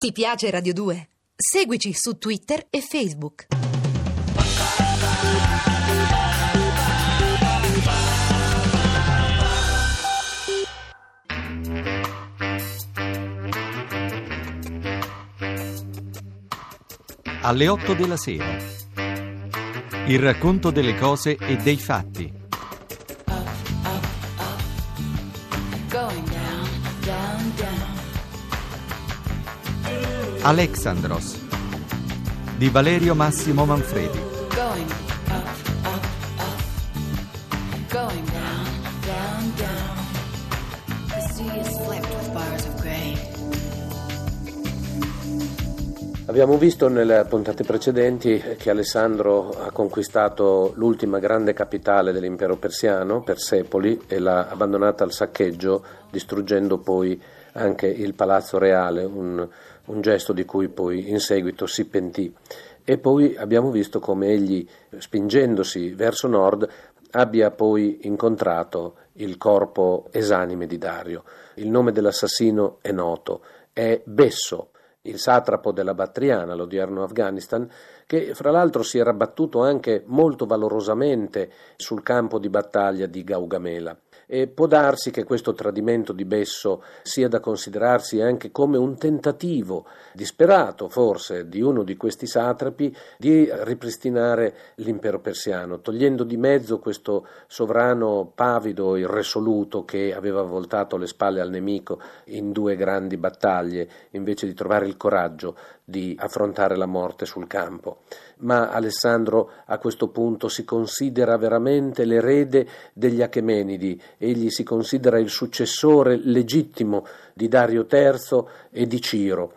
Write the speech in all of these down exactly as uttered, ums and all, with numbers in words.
Ti piace Radio due? Seguici su Twitter e Facebook. Alle otto della sera. Il racconto delle cose e dei fatti. Alexandros di Valerio Massimo Manfredi. Abbiamo visto nelle puntate precedenti che Alessandro ha conquistato l'ultima grande capitale dell'impero persiano, Persepoli, e l'ha abbandonata al saccheggio, distruggendo poi anche il palazzo reale, un, un gesto di cui poi in seguito si pentì. E poi abbiamo visto come egli, spingendosi verso nord, abbia poi incontrato il corpo esanime di Dario. Il nome dell'assassino è noto, è Besso, il satrapo della Battriana, l'odierno Afghanistan, che fra l'altro si era battuto anche molto valorosamente sul campo di battaglia di Gaugamela. E può darsi che questo tradimento di Besso sia da considerarsi anche come un tentativo disperato, forse, di uno di questi satrapi di ripristinare l'impero persiano, togliendo di mezzo questo sovrano pavido, irresoluto, che aveva voltato le spalle al nemico in due grandi battaglie, invece di trovare il coraggio di affrontare la morte sul campo. Ma Alessandro a questo punto si considera veramente l'erede degli Achemenidi, egli si considera il successore legittimo di Dario terzo e di Ciro,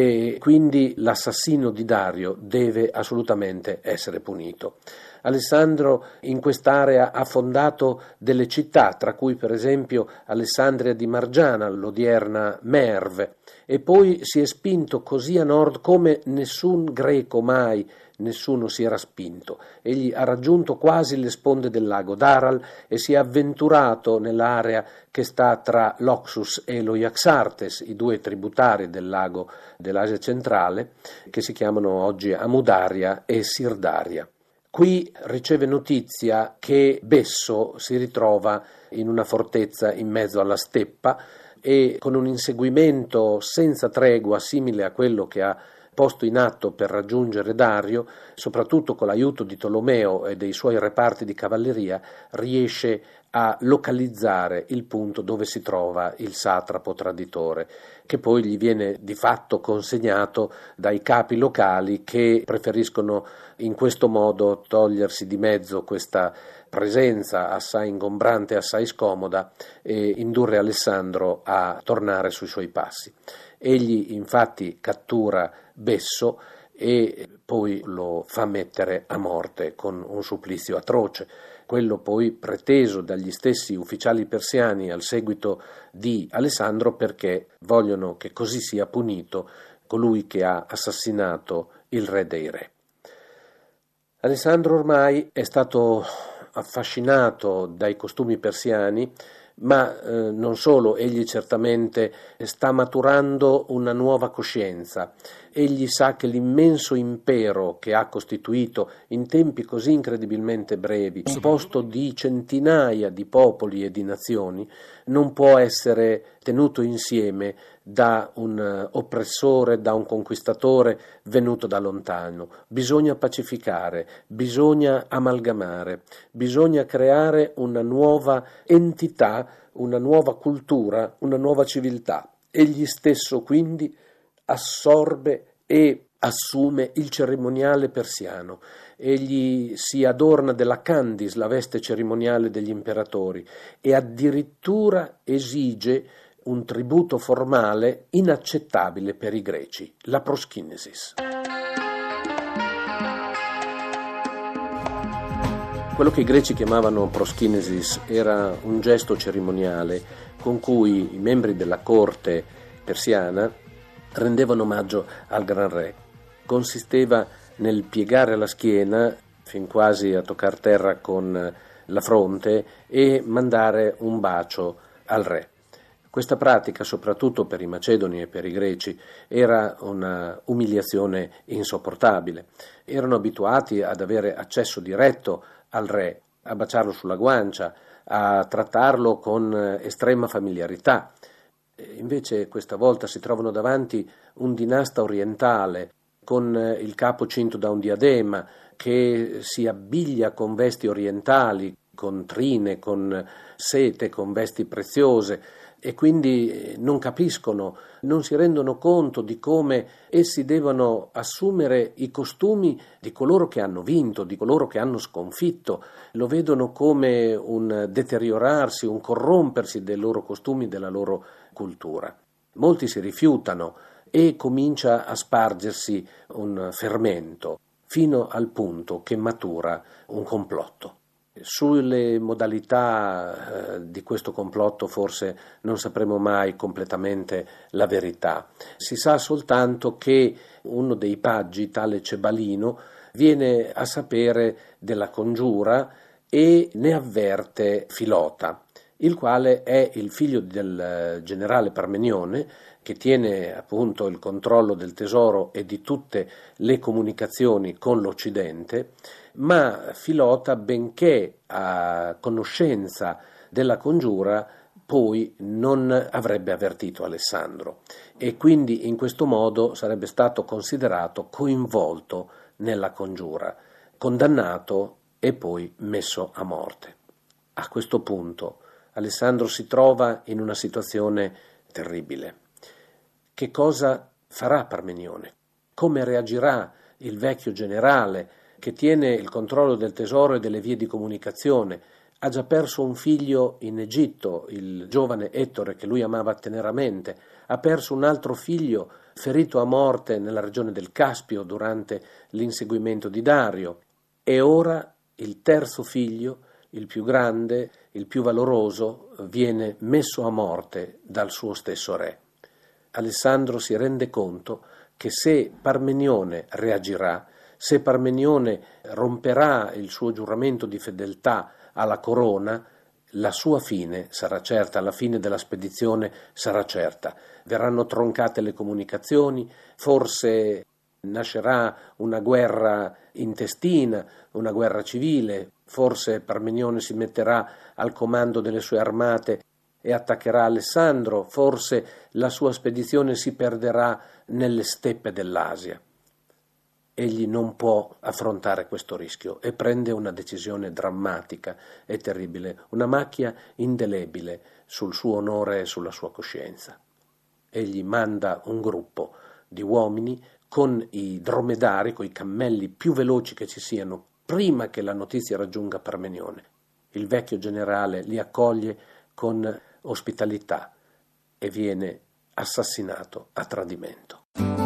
e quindi l'assassino di Dario deve assolutamente essere punito. Alessandro in quest'area ha fondato delle città, tra cui per esempio Alessandria di Margiana, l'odierna Merv, e poi si è spinto così a nord come nessun greco mai, nessuno si era spinto. Egli ha raggiunto quasi le sponde del lago d'Aral e si è avventurato nell'area che sta tra l'Oxus e lo Iaxartes, i due tributari del lago dell'Asia centrale, che si chiamano oggi Amudaria e Sirdaria. Qui riceve notizia che Besso si ritrova in una fortezza in mezzo alla steppa e con un inseguimento senza tregua simile a quello che ha posto in atto per raggiungere Dario, soprattutto con l'aiuto di Tolomeo e dei suoi reparti di cavalleria, riesce a localizzare il punto dove si trova il satrapo traditore, che poi gli viene di fatto consegnato dai capi locali che preferiscono in questo modo togliersi di mezzo questa presenza assai ingombrante e assai scomoda e indurre Alessandro a tornare sui suoi passi. Egli infatti cattura Besso e poi lo fa mettere a morte con un supplizio atroce, quello poi preteso dagli stessi ufficiali persiani al seguito di Alessandro, perché vogliono che così sia punito colui che ha assassinato il re dei re. Alessandro ormai è stato affascinato dai costumi persiani, ma eh, non solo, egli certamente sta maturando una nuova coscienza. Egli sa che l'immenso impero che ha costituito in tempi così incredibilmente brevi, composto di centinaia di popoli e di nazioni, non può essere tenuto insieme da un oppressore, da un conquistatore venuto da lontano. Bisogna pacificare, bisogna amalgamare, bisogna creare una nuova entità, una nuova cultura, una nuova civiltà. Egli stesso quindi assorbe e assume il cerimoniale persiano. Egli si adorna della Kandis, la veste cerimoniale degli imperatori, e addirittura esige un tributo formale inaccettabile per i greci, la proskinesis. Quello che i greci chiamavano proskinesis era un gesto cerimoniale con cui i membri della corte persiana rendevano omaggio al gran re. Consisteva nel piegare la schiena fin quasi a toccar terra con la fronte e mandare un bacio al re. Questa pratica, soprattutto per i macedoni e per i greci, era una umiliazione insopportabile. Erano abituati ad avere accesso diretto al re, a baciarlo sulla guancia, a trattarlo con estrema familiarità. Invece questa volta si trovano davanti un dinasta orientale con il capo cinto da un diadema, che si abbiglia con vesti orientali, con trine, con sete, con vesti preziose, e quindi non capiscono, non si rendono conto di come essi devono assumere i costumi di coloro che hanno vinto, di coloro che hanno sconfitto. Lo vedono come un deteriorarsi, un corrompersi dei loro costumi, della loro cultura. Molti si rifiutano e comincia a spargersi un fermento, fino al punto che matura un complotto. Sulle modalità eh, di questo complotto forse non sapremo mai completamente la verità. Si sa soltanto che uno dei paggi, tale Cebalino, viene a sapere della congiura e ne avverte Filota, il quale è il figlio del generale Parmenione, che tiene appunto il controllo del tesoro e di tutte le comunicazioni con l'Occidente, ma Filota, benché a conoscenza della congiura, poi non avrebbe avvertito Alessandro e quindi in questo modo sarebbe stato considerato coinvolto nella congiura, condannato e poi messo a morte. A questo punto Alessandro si trova in una situazione terribile. Che cosa farà Parmenione? Come reagirà il vecchio generale che tiene il controllo del tesoro e delle vie di comunicazione? Ha già perso un figlio in Egitto, il giovane Ettore, che lui amava teneramente. Ha perso un altro figlio ferito a morte nella regione del Caspio durante l'inseguimento di Dario. E ora il terzo figlio, il più grande, il più valoroso, viene messo a morte dal suo stesso re. Alessandro si rende conto che se Parmenione reagirà, se Parmenione romperà il suo giuramento di fedeltà alla corona, la sua fine sarà certa, la fine della spedizione sarà certa. Verranno troncate le comunicazioni, forse nascerà una guerra intestina, una guerra civile, forse Parmenione si metterà al comando delle sue armate e attaccherà Alessandro, forse la sua spedizione si perderà nelle steppe dell'Asia. Egli non può affrontare questo rischio e prende una decisione drammatica e terribile, una macchia indelebile sul suo onore e sulla sua coscienza. Egli manda un gruppo di uomini con i dromedari, con i cammelli più veloci che ci siano, prima che la notizia raggiunga Parmenione. Il vecchio generale li accoglie con ospitalità e viene assassinato a tradimento.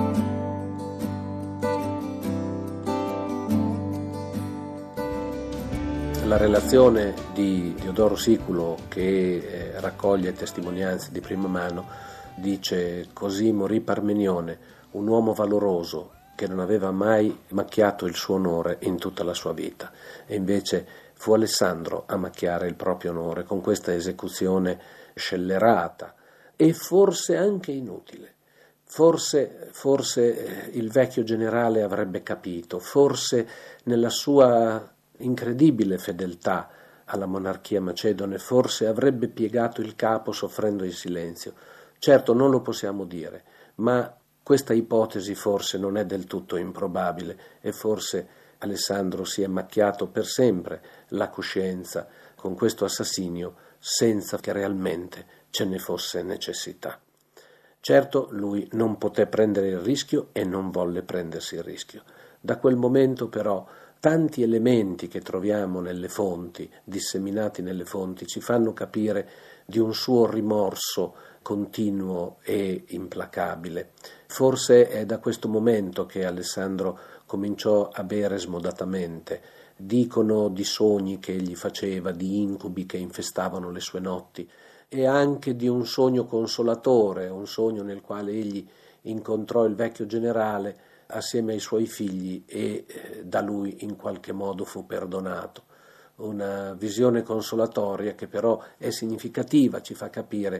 La relazione di Diodoro Siculo, che eh, raccoglie testimonianze di prima mano, dice: così morì Parmenione, un uomo valoroso che non aveva mai macchiato il suo onore in tutta la sua vita, e invece fu Alessandro a macchiare il proprio onore con questa esecuzione scellerata e forse anche inutile. Forse, forse il vecchio generale avrebbe capito, forse nella sua incredibile fedeltà alla monarchia macedone, forse avrebbe piegato il capo soffrendo in silenzio. Certo, non lo possiamo dire, ma questa ipotesi forse non è del tutto improbabile e forse Alessandro si è macchiato per sempre la coscienza con questo assassinio senza che realmente ce ne fosse necessità. Certo, lui non poté prendere il rischio e non volle prendersi il rischio. Da quel momento però tanti elementi che troviamo nelle fonti, disseminati nelle fonti, ci fanno capire di un suo rimorso continuo e implacabile. Forse è da questo momento che Alessandro cominciò a bere smodatamente. Dicono di sogni che egli faceva, di incubi che infestavano le sue notti, e anche di un sogno consolatore, un sogno nel quale egli incontrò il vecchio generale assieme ai suoi figli e eh, da lui in qualche modo fu perdonato. Una visione consolatoria che però è significativa, ci fa capire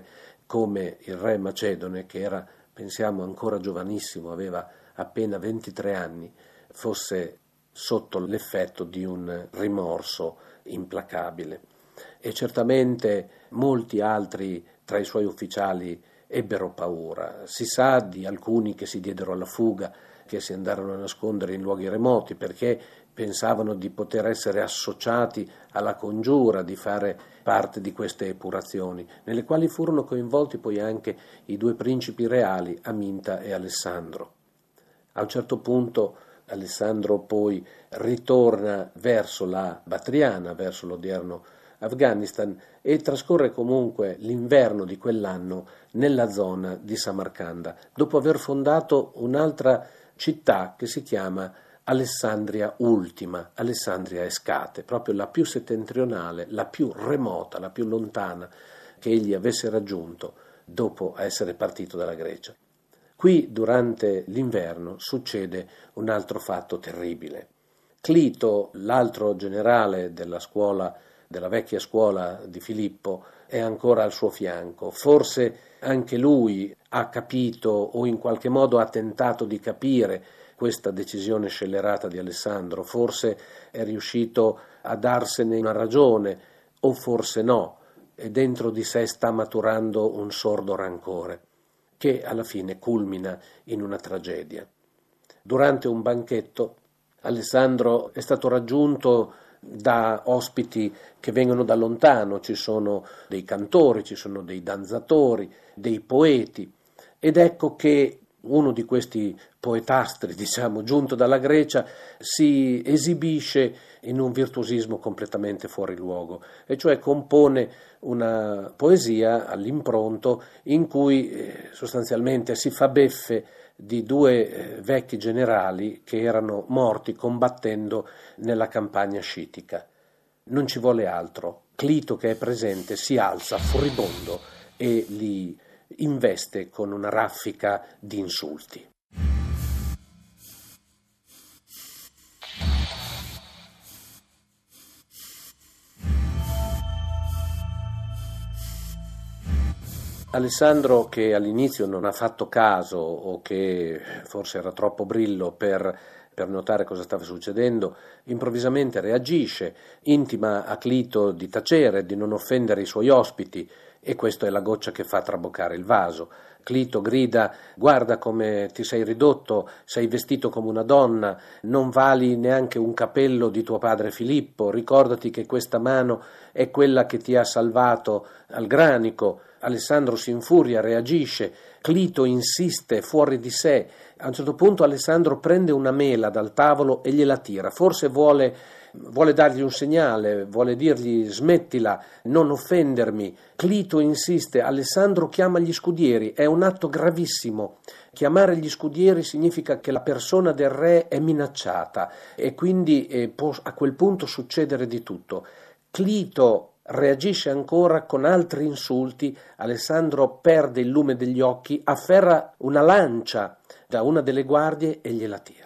come il re Macedone, che era, pensiamo, ancora giovanissimo, aveva appena ventitré anni, fosse sotto l'effetto di un rimorso implacabile. E certamente molti altri tra i suoi ufficiali ebbero paura. Si sa di alcuni che si diedero alla fuga, che si andarono a nascondere in luoghi remoti perché pensavano di poter essere associati alla congiura, di fare parte di queste epurazioni, nelle quali furono coinvolti poi anche i due principi reali, Aminta e Alessandro. A un certo punto Alessandro poi ritorna verso la Batriana, verso l'odierno Afghanistan, e trascorre comunque l'inverno di quell'anno nella zona di Samarcanda, dopo aver fondato un'altra città che si chiama Alessandria Ultima, Alessandria Escate, proprio la più settentrionale, la più remota, la più lontana che egli avesse raggiunto dopo essere partito dalla Grecia. Qui, durante l'inverno, succede un altro fatto terribile. Clito, l'altro generale della scuola, della vecchia scuola di Filippo, è ancora al suo fianco. Forse anche lui ha capito o in qualche modo ha tentato di capire questa decisione scellerata di Alessandro, forse è riuscito a darsene una ragione o forse no, e dentro di sé sta maturando un sordo rancore che alla fine culmina in una tragedia. Durante un banchetto Alessandro è stato raggiunto da ospiti che vengono da lontano, ci sono dei cantori, ci sono dei danzatori, dei poeti, ed ecco che uno di questi poetastri, diciamo, giunto dalla Grecia, si esibisce in un virtuosismo completamente fuori luogo, e cioè compone una poesia all'impronto in cui eh, sostanzialmente si fa beffe di due eh, vecchi generali che erano morti combattendo nella campagna scitica. Non ci vuole altro. Clito, che è presente, si alza furibondo e li investe con una raffica di insulti. Alessandro, che all'inizio non ha fatto caso o che forse era troppo brillo per, per notare cosa stava succedendo, improvvisamente reagisce, intima a Clito di tacere, di non offendere i suoi ospiti, e questo è la goccia che fa traboccare il vaso. Clito grida: guarda come ti sei ridotto, sei vestito come una donna, non vali neanche un capello di tuo padre Filippo, ricordati che questa mano è quella che ti ha salvato al granico. Alessandro si infuria, reagisce, Clito insiste fuori di sé. A un certo punto Alessandro prende una mela dal tavolo e gliela tira, forse vuole, vuole dargli un segnale, vuole dirgli smettila, non offendermi. Clito insiste, Alessandro chiama gli scudieri, è un atto gravissimo. Chiamare gli scudieri significa che la persona del re è minacciata e quindi eh, può a quel punto succedere di tutto. Clito reagisce ancora con altri insulti, Alessandro perde il lume degli occhi, afferra una lancia da una delle guardie e gliela tira.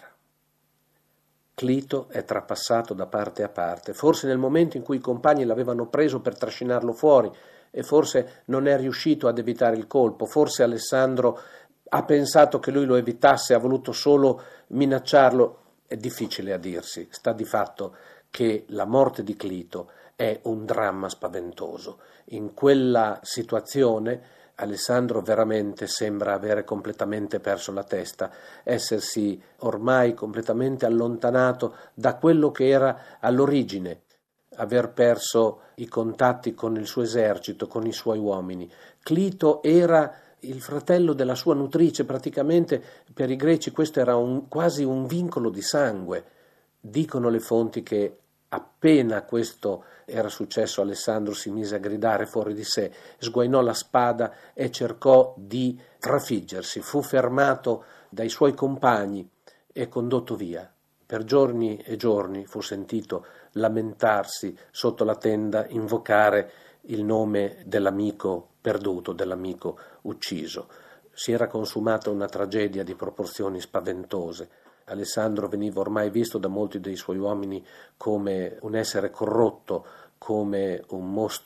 Clito è trapassato da parte a parte, forse nel momento in cui i compagni l'avevano preso per trascinarlo fuori e forse non è riuscito ad evitare il colpo, forse Alessandro ha pensato che lui lo evitasse, ha voluto solo minacciarlo, è difficile a dirsi, sta di fatto che la morte di Clito è un dramma spaventoso. In quella situazione Alessandro veramente sembra avere completamente perso la testa, essersi ormai completamente allontanato da quello che era all'origine, aver perso i contatti con il suo esercito, con i suoi uomini. Clito era il fratello della sua nutrice, praticamente per i greci questo era un, quasi un vincolo di sangue. Dicono le fonti che appena questo era successo, Alessandro si mise a gridare fuori di sé, sguainò la spada e cercò di trafiggersi. Fu fermato dai suoi compagni e condotto via. Per giorni e giorni fu sentito lamentarsi sotto la tenda, invocare il nome dell'amico perduto, dell'amico ucciso. Si era consumata una tragedia di proporzioni spaventose. Alessandro veniva ormai visto da molti dei suoi uomini come un essere corrotto, come un mostro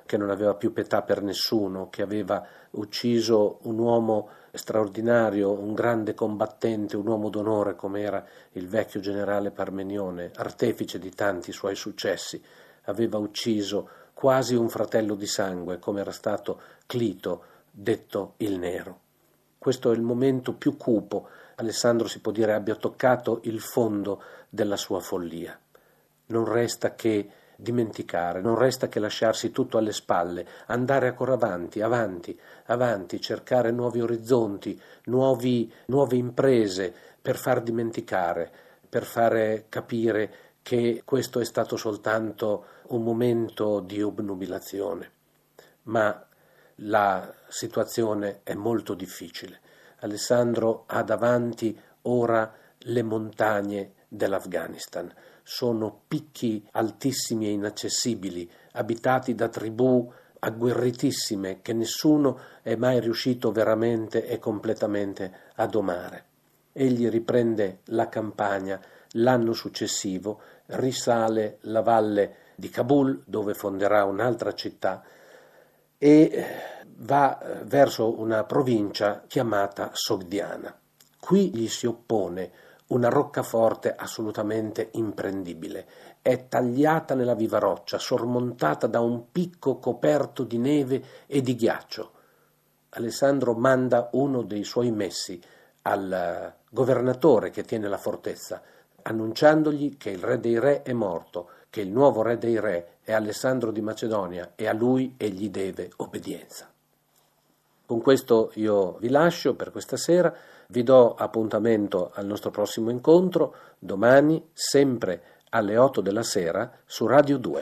che non aveva più pietà per nessuno, che aveva ucciso un uomo straordinario, un grande combattente, un uomo d'onore come era il vecchio generale Parmenione, artefice di tanti suoi successi. Aveva ucciso quasi un fratello di sangue come era stato Clito, detto il Nero. Questo è il momento più cupo. Alessandro si può dire abbia toccato il fondo della sua follia. Non resta che dimenticare, non resta che lasciarsi tutto alle spalle, andare ancora avanti, avanti, avanti, cercare nuovi orizzonti, nuovi, nuove imprese per far dimenticare, per fare capire che questo è stato soltanto un momento di obnubilazione. Ma la situazione è molto difficile. Alessandro ha davanti ora le montagne dell'Afghanistan. Sono picchi altissimi e inaccessibili, abitati da tribù agguerritissime che nessuno è mai riuscito veramente e completamente a domare. Egli riprende la campagna l'anno successivo, risale la valle di Kabul, dove fonderà un'altra città, e va verso una provincia chiamata Sogdiana. Qui gli si oppone una roccaforte assolutamente imprendibile. È tagliata nella viva roccia, sormontata da un picco coperto di neve e di ghiaccio. Alessandro manda uno dei suoi messi al governatore che tiene la fortezza, annunciandogli che il re dei re è morto, che il nuovo re dei re è Alessandro di Macedonia e a lui egli deve obbedienza. Con questo io vi lascio per questa sera, vi do appuntamento al nostro prossimo incontro, domani, sempre alle otto della sera, su Radio due.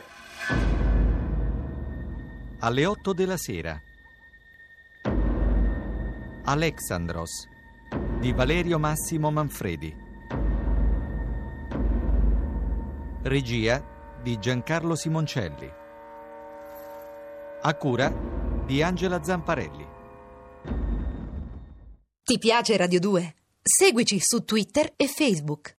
Alle otto della sera. Alexandros di Valerio Massimo Manfredi. Regia di Giancarlo Simoncelli. A cura di Angela Zamparelli. Ti piace Radio due? Seguici su Twitter e Facebook.